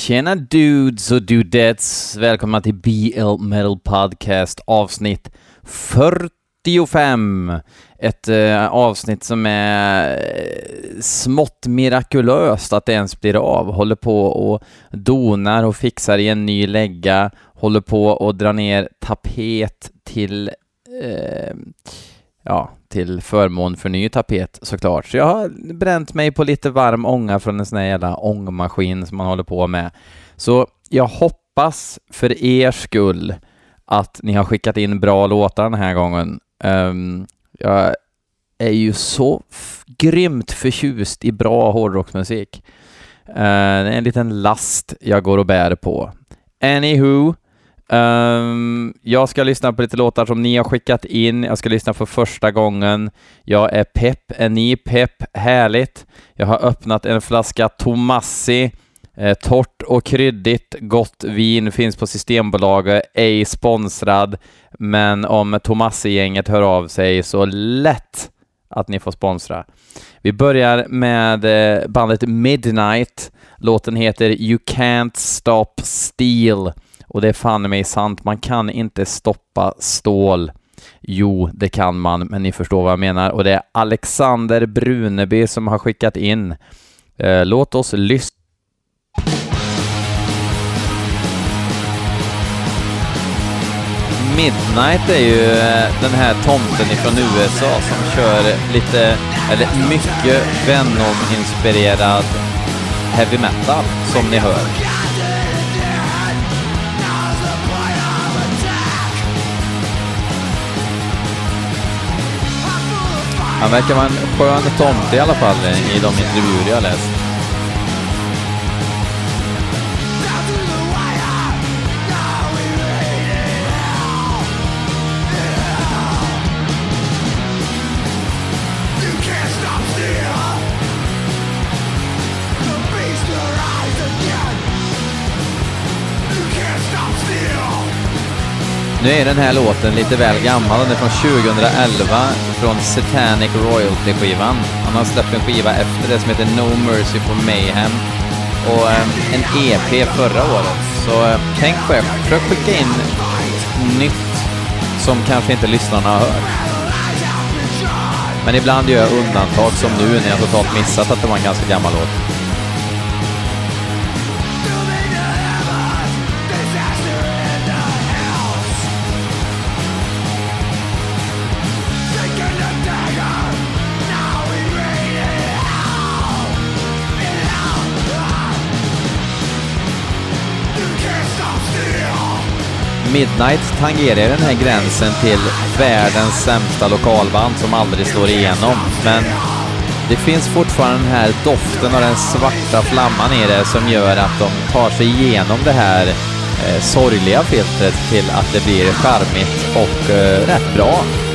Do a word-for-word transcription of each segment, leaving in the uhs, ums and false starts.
Tjena dudes och dudettes, välkomna till B L Metal Podcast avsnitt fyrtiofem. Ett eh, avsnitt som är eh, smått mirakulöst att det ens blir av. Håller på och donar och fixar i en ny lägga. Håller på och drar ner tapet till... Eh, Ja, till förmån för ny tapet såklart. Så jag har bränt mig på lite varm ånga från en sån här jävla ångmaskin som man håller på med. Så jag hoppas för er skull att ni har skickat in bra låtar den här gången. Um, jag är ju så f- grymt förtjust i bra hårdrocksmusik. Uh, det är en liten last jag går och bär på. Anywho, Um, jag ska lyssna på lite låtar som ni har skickat in. Jag ska lyssna för första gången. Jag är pepp, är ni pepp? Härligt. Jag har öppnat en flaska Tomassi, eh, torrt och kryddigt gott vin, finns på Systembolaget, ej sponsrad, men om Tomassi-gänget hör av sig så lätt att ni får sponsra. Vi börjar med eh, bandet Midnight. Låten heter You Can't Stop Steel. Och det är fan mig sant, man kan inte stoppa stål. Jo, det kan man, men ni förstår vad jag menar. Och det är Alexander Bruneby som har skickat in. Eh, låt oss lyssna. Midnight är ju den här tomten från U S A som kör lite, eller mycket Venom-inspirerad heavy metal, som ni hör. Han verkar vara en skön tomte i alla fall i de intervjuer jag läst. Nu är den här låten lite väl gammal. Den är från tjugohundraelva, från Satanic Royalty-skivan. Han har släppt en skiva efter det som heter No Mercy for Mayhem och eh, en E P förra året. Så eh, tänk på det. Försök skicka in nytt som kanske inte lyssnarna har hört. Men ibland gör jag undantag, som nu när jag totalt missat att det var en ganska gammal låt. Midnight tangerar den här gränsen till världens sämsta lokalband som aldrig slår igenom. Men det finns fortfarande den här doften och den svarta flamman i det som gör att de tar sig igenom det här eh, sorgliga filtret till att det blir charmigt och eh, rätt bra.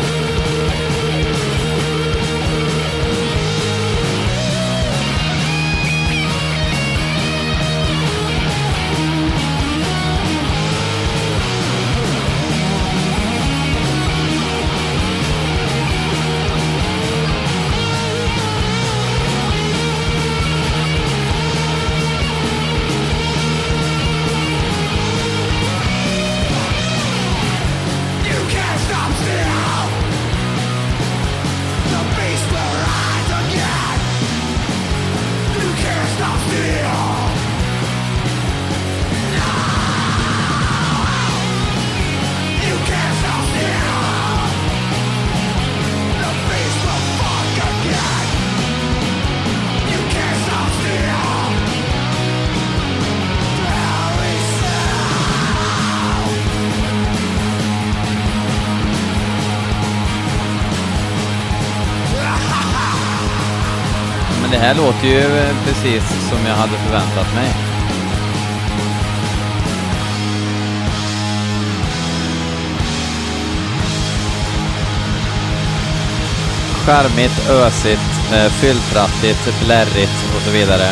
Men det här låter ju precis som jag hade förväntat mig. Charmigt, ösigt, fylltrattigt, blärrigt och så vidare.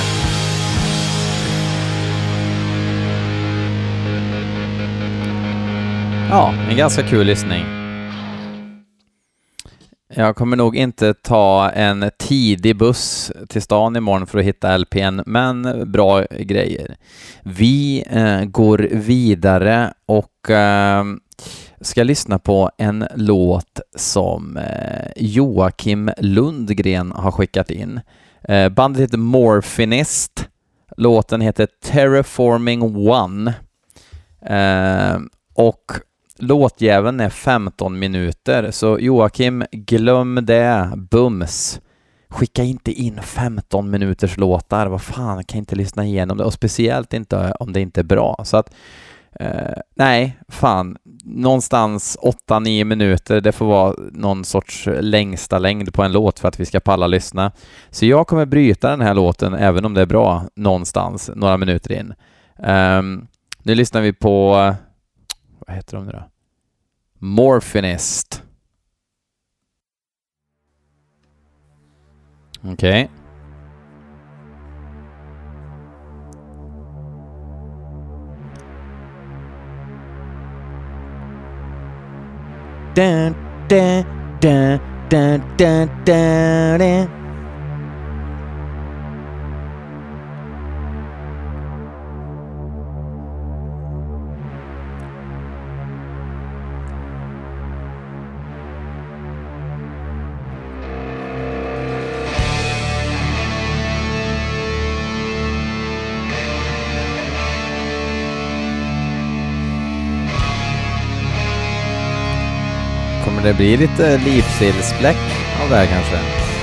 Ja, en ganska kul lyssning. Jag kommer nog inte ta en tidig buss till stan imorgon för att hitta L P:n, men bra grejer. Vi eh, går vidare och eh, ska lyssna på en låt som eh, Joakim Lundgren har skickat in. Eh, bandet heter Morphinist. Låten heter Terraforming One. Eh, och låtjäveln är femton minuter, så Joakim, glöm det, bums. Skicka inte in femton minuters låtar, vad fan, kan inte lyssna igenom det, och speciellt inte om det inte är bra. Så att, eh, nej, fan, någonstans åtta nio minuter, det får vara någon sorts längsta längd på en låt för att vi ska palla lyssna. Så jag kommer bryta den här låten, även om det är bra, någonstans, några minuter in. Um, nu lyssnar vi på, vad heter de nu då? Morphinist. Okej. Okay. Dun, dun, dun, dun, dun, dun, dun. Kommer det bli lite livsstilsbläck av det här kanske?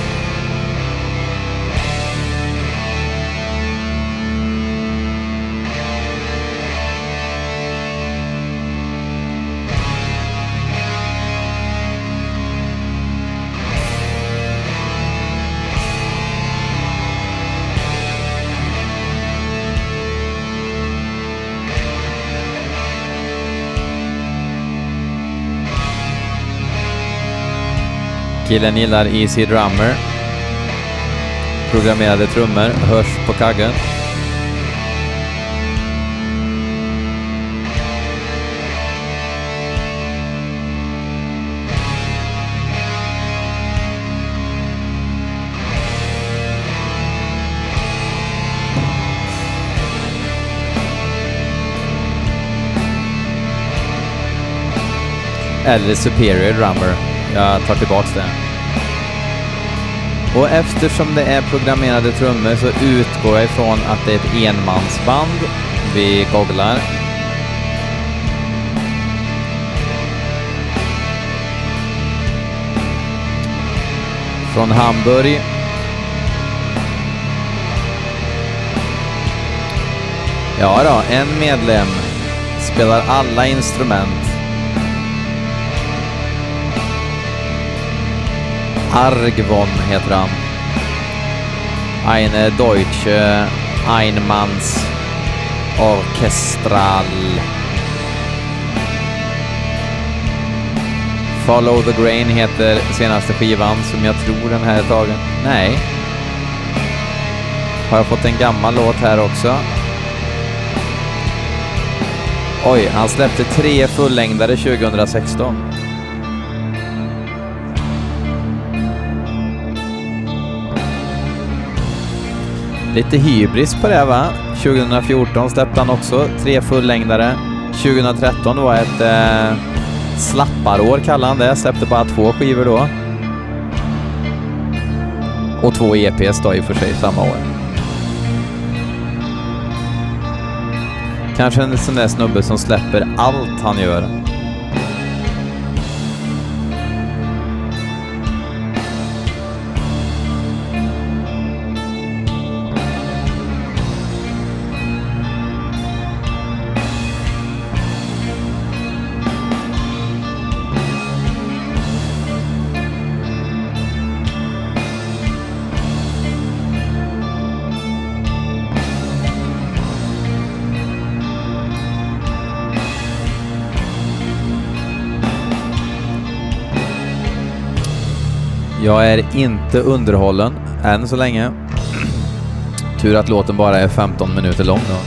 Killen gillar Easy Drummer. Programmerade trummor hörs på kaggen. Eller Superior Drummer. Jag tar tillbaks det. Och eftersom det är programmerade trummor så utgår jag ifrån att det är ett enmansband. Vi googlar. Från Hamburg. Ja då, en medlem spelar alla instrument. Argvon heter han. Eine Deutsche Einmanns Orchestral. Follow the Grain heter senaste skivan som jag tror den här är tagen. Nej. Har jag fått en gammal låt här också? Oj, han släppte tre fullängdare tjugohundrasexton. Lite hybris på det, va? tjugohundrafjorton släppte han också tre fullängdare. tjugohundratretton var ett eh, slapparår kallar han det. Släppte bara två skivor då. Och två E P:s då i för sig samma år. Kanske en sån där snubbe som släpper allt han gör. Jag är inte underhållen än så länge. Tur att låten bara är femton minuter lång då.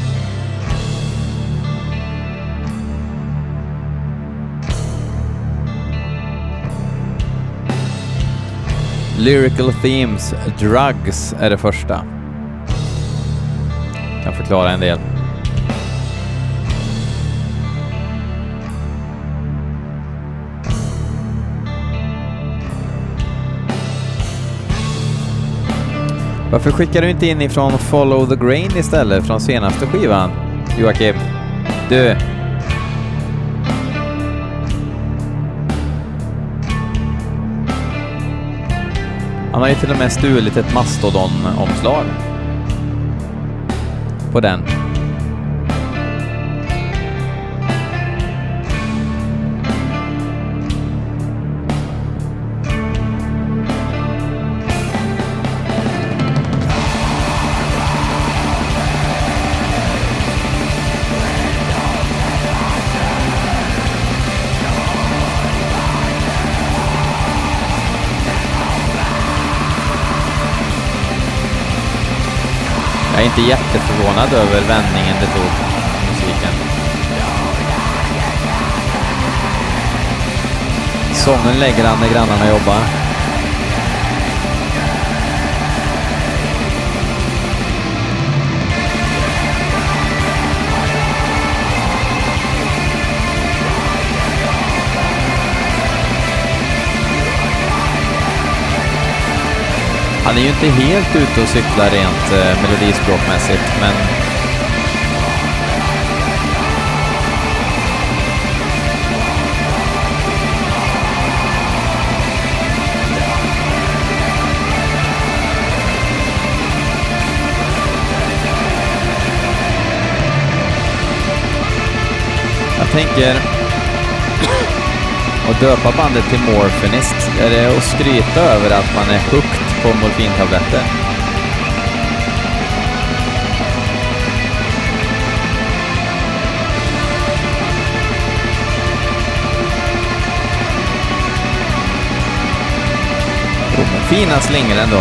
Lyrical Themes, Drugs är det första. Kan förklara en del. Varför skickar du inte in ifrån Follow the Grain istället från senaste skivan, Joakim? Du. Han har ju till och med stulit ett Mastodon-omslag på den. Jag är inte jätteförvånad över vändningen det tog musiken. Sången lägger han när grannarna jobbar. Han är ju inte helt ute och cyklar rent eh, melodispråkmässigt, men jag tänker att döpa bandet till Morphinist. Är det att skryta över att man är hooked på morfintabletter? Jo, men fina slingor ändå.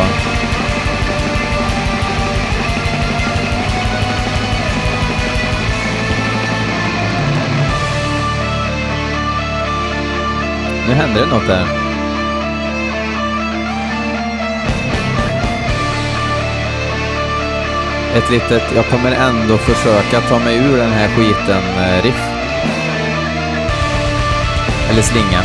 Nu händer det något där. Ett litet, jag kommer ändå försöka ta mig ur den här skiten riff. Eller slinga.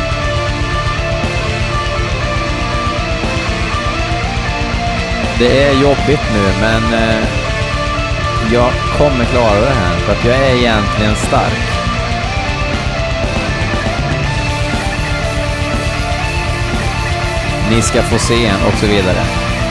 Det är jobbigt nu, men eh, jag kommer klara det här för att jag är egentligen stark. Ni ska få se och så vidare.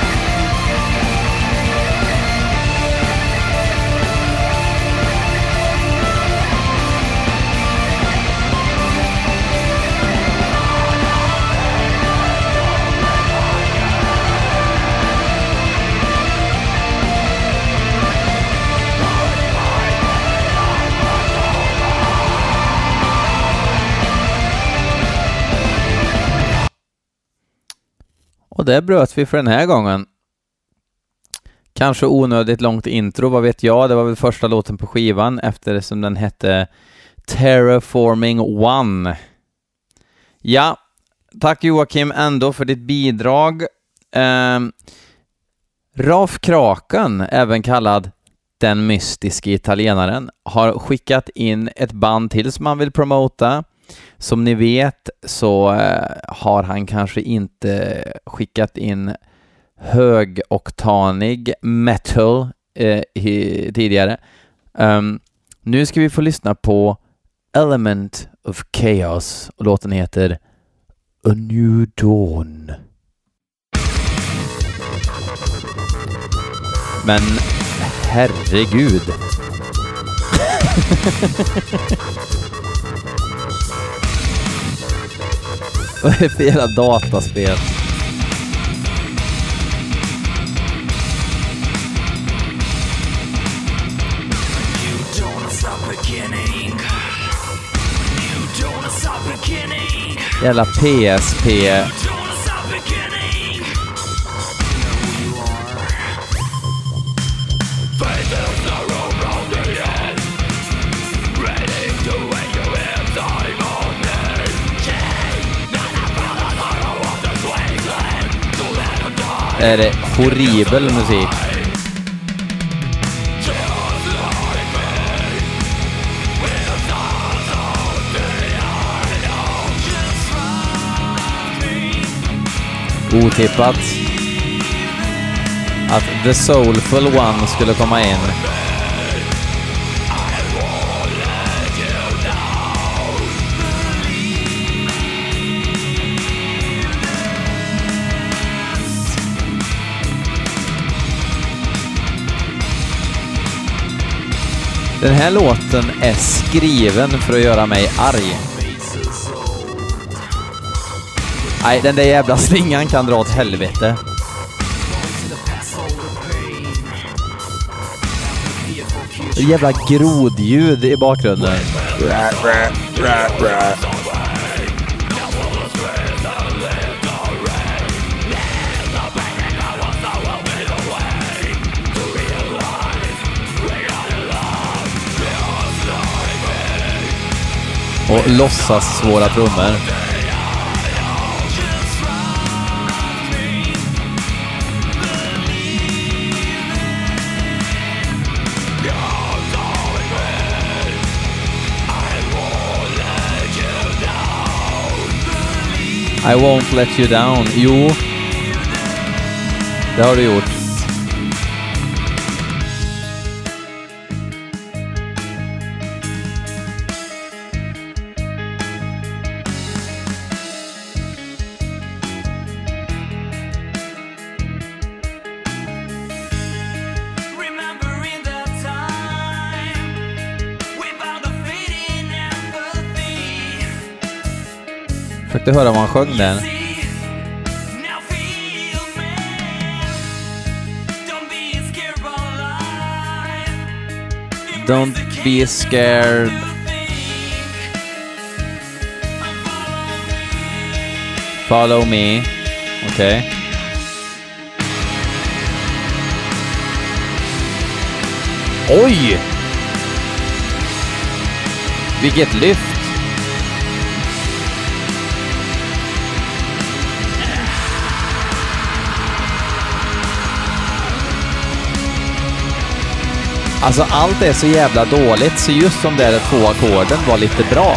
Och det bröt vi för den här gången. Kanske onödigt långt intro, vad vet jag. Det var väl första låten på skivan eftersom den hette Terraforming One. Ja, tack Joakim ändå för ditt bidrag. Eh, Ralf Kraken, även kallad den mystiska italienaren, har skickat in ett band till som han vill promota. Som ni vet så eh, har han kanske inte skickat in högoktanig metal eh, i, tidigare. Um, nu ska vi få lyssna på Element of Chaos och låten heter A New Dawn. Men herregud. Vad är det för jävla dataspel? Jävla P S P. är det horribel musik. Otippat att The Soulful One skulle komma in. Den här låten är skriven för att göra mig arg. Nej, den där jävla slingan kan dra åt helvete. Det jävla grodljud i bakgrunden. Och låtsas svåra trummor. I won't let you down. Jo, det har du gjort. Försökte höra vad han sjöng där. Don't be scared. Follow me. Okej. Okay. Oj! Vilket lyft. Alltså allt är så jävla dåligt, så just som där två ackorden var lite bra.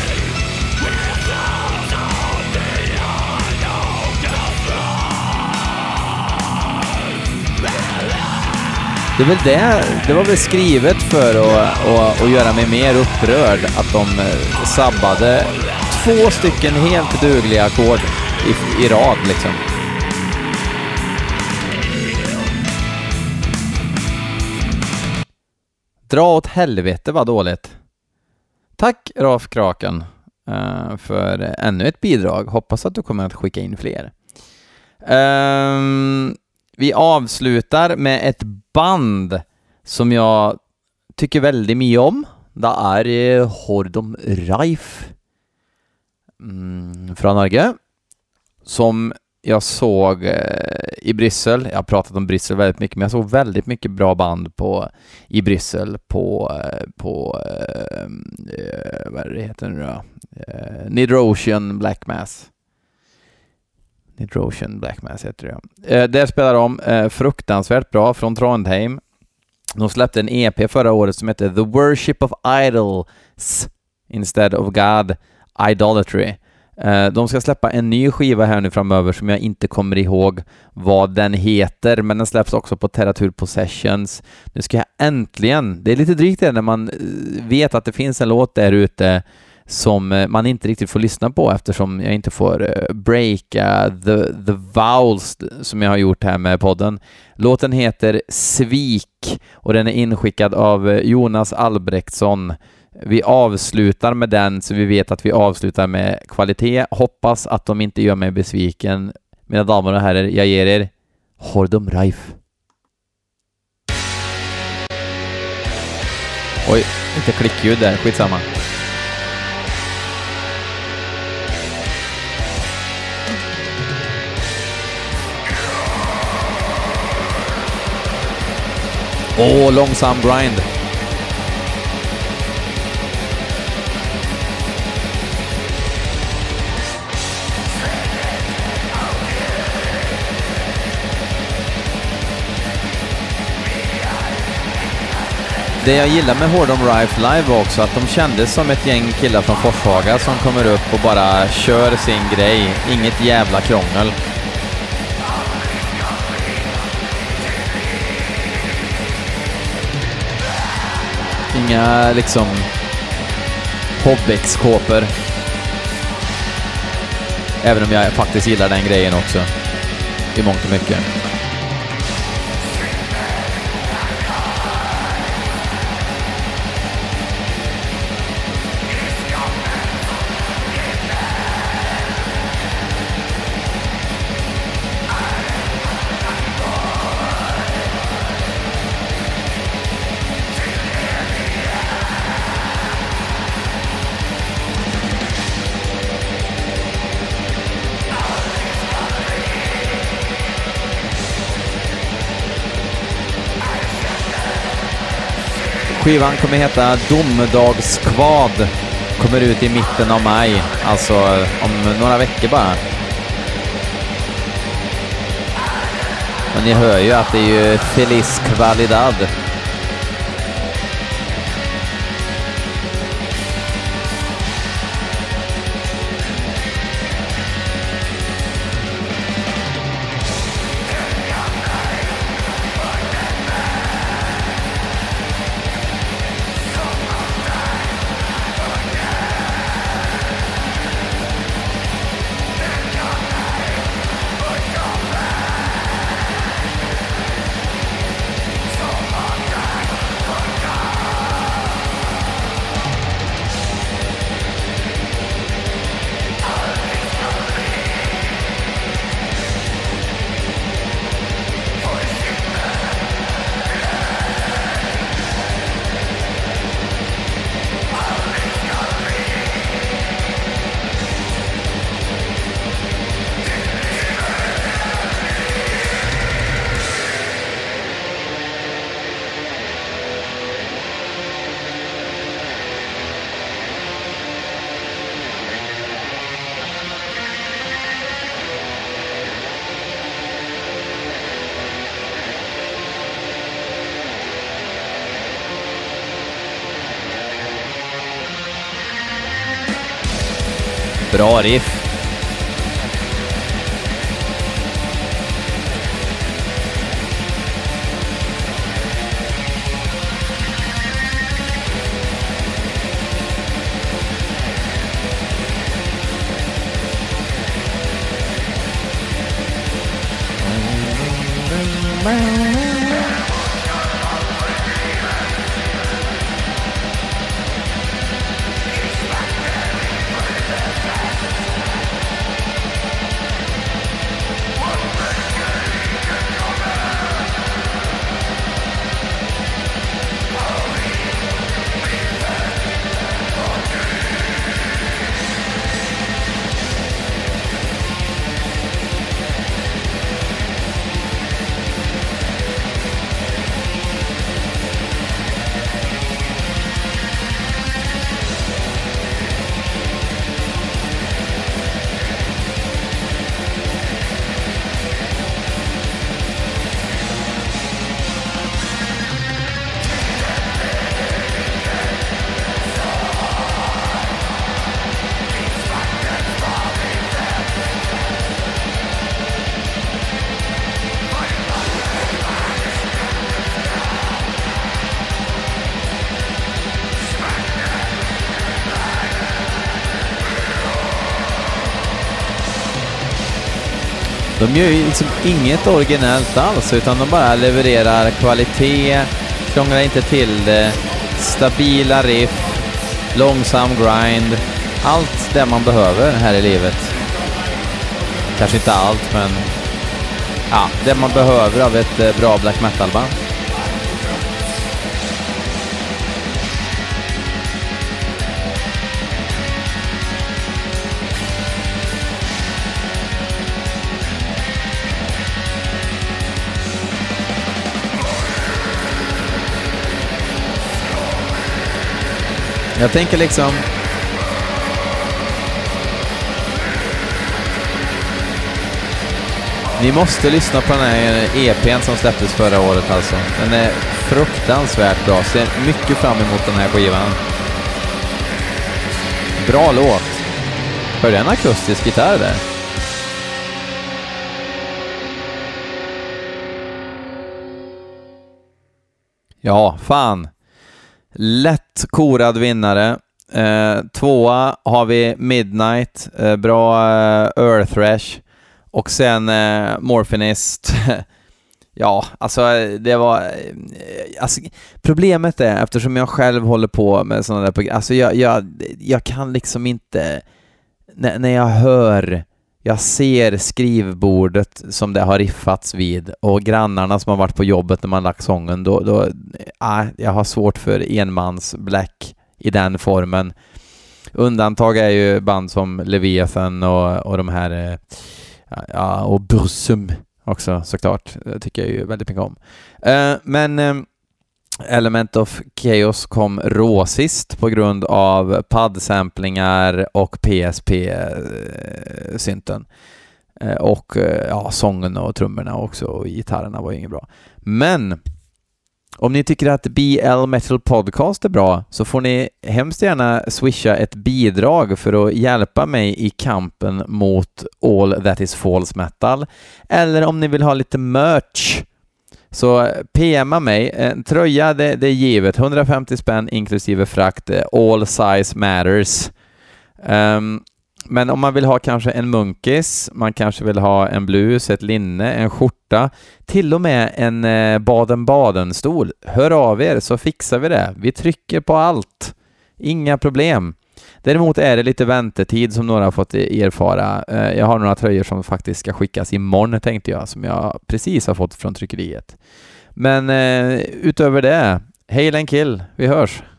Det är väl det, det var väl skrivet för att, att, att göra mig mer upprörd att de sabbade två stycken helt dugliga ackord i, i rad liksom. Dra åt helvete vad dåligt. Tack Raf Kraken uh, för ännu ett bidrag. Hoppas att du kommer att skicka in fler. Um, vi avslutar med ett band som jag tycker väldigt mycket om. Det är uh, Hordom Reif mm, från Norge, som jag såg eh, i Bryssel. Jag har pratat om Bryssel väldigt mycket, men jag såg väldigt mycket bra band på, i Bryssel på, eh, på eh, vad är det heter nu då? Eh, Nidrosian Black Mass. Nidrosian Black Mass heter det. Eh, det spelar de eh, fruktansvärt bra från Trondheim. De släppte en E P förra året som heter The Worship of Idols Instead of God, Idolatry. De ska släppa en ny skiva här nu framöver som jag inte kommer ihåg vad den heter, men den släpps också på Terratur Possessions. Nu ska jag äntligen, det är lite drygt det när man vet att det finns en låt där ute som man inte riktigt får lyssna på eftersom jag inte får breaka the, the vowels som jag har gjort här med podden. Låten heter Svik och den är inskickad av Jonas Albrektsson. Vi avslutar med den så vi vet att vi avslutar med kvalitet. Hoppas att de inte gör mig besviken. Mina damer och herrar, jag ger er Hordom Reif. Oj, inte klickljud där, skitsamma. Åh, långsam grind. Det jag gillar med Whoredom Rife Live var också att de kändes som ett gäng killar från Forshaga som kommer upp och bara kör sin grej. Inget jävla krångel. Inga liksom Hobbex-kåper. Även om jag faktiskt gillar den grejen också. I mångt och mycket. Skivan kommer heta Domedagskvad. Kommer ut i mitten av maj. Alltså om några veckor bara. Men ni hör ju att det är ju Feliz Qualidad. Bra riff. De gör ju liksom inget originellt alls, utan de bara levererar kvalitet, krånglar inte till det, stabila riff, långsam grind, allt det man behöver här i livet. Kanske inte allt, men ja, det man behöver av ett bra black metal-band. Jag tänker liksom ni måste lyssna på den här E P:n som släpptes förra året alltså. Den är fruktansvärt bra. Ser mycket fram emot den här skivan. Bra låt. Hör du en akustisk gitarr där? Ja, fan. Lätt korad vinnare. Eh, tvåa har vi Midnight. Eh, bra eh, Earth Thrash. Och sen eh, Morphinist. Ja, alltså det var... Alltså, problemet är, eftersom jag själv håller på med sådana där program, alltså jag, jag, jag kan liksom inte... När, när jag hör... Jag ser skrivbordet som det har riffats vid och grannarna som har varit på jobbet när man lagt sången, då... då äh, jag har svårt för enmans black i den formen. Undantag är ju band som Leviathan och, och de här... Ja, och Bursum också, såklart. Det tycker jag ju väldigt mycket om. Uh, men uh, Element of Chaos kom råsist på grund av P A D-samplingar och P S P-synten. Uh, och uh, ja, sången och trummorna också och gitarrerna var ju inget bra. Men om ni tycker att B L Metal Podcast är bra så får ni hemskt gärna swisha ett bidrag för att hjälpa mig i kampen mot All That Is False Metal. Eller om ni vill ha lite merch så P M:a mig. En tröja, det, det är givet. hundrafemtio spänn inklusive frakt. All size matters. Um, Men om man vill ha kanske en munkis, man kanske vill ha en blus, ett linne, en skjorta, till och med en eh, Baden-Baden-stol. Hör av er så fixar vi det. Vi trycker på allt. Inga problem. Däremot är det lite väntetid som några har fått erfara. Eh, jag har några tröjor som faktiskt ska skickas imorgon, tänkte jag, som jag precis har fått från tryckeriet. Men eh, utöver det, hail and kill. Vi hörs.